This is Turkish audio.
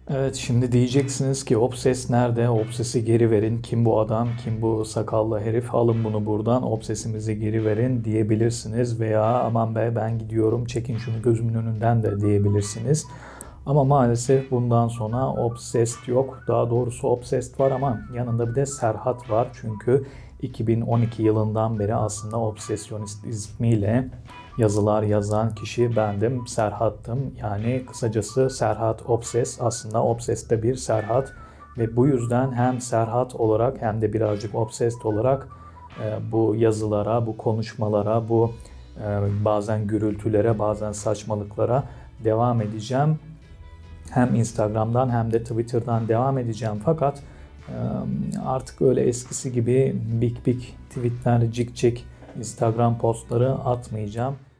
Evet, şimdi diyeceksiniz ki Obses nerede? Obses'i geri verin. Kim bu adam? Kim bu sakallı herif? Alın bunu buradan. Obses'imizi geri verin diyebilirsiniz. Veya aman be ben gidiyorum çekin şunu gözümün önünden de diyebilirsiniz. Ama maalesef bundan sonra Obsessed yok. Daha doğrusu Obsessed var ama yanında bir de Serhat var. Çünkü 2012 yılından beri aslında Obsesyonist ismiyle yazılar yazan kişi bendim, Serhat'tım. Yani kısacası Serhat Obses, aslında Obses'te bir Serhat ve bu yüzden hem Serhat olarak hem de birazcık Obsessed olarak bu yazılara, bu konuşmalara, bu bazen gürültülere, bazen saçmalıklara devam edeceğim. Hem Instagram'dan hem de Twitter'dan devam edeceğim. Fakat artık öyle eskisi gibi big tweetler, cik Instagram postları atmayacağım.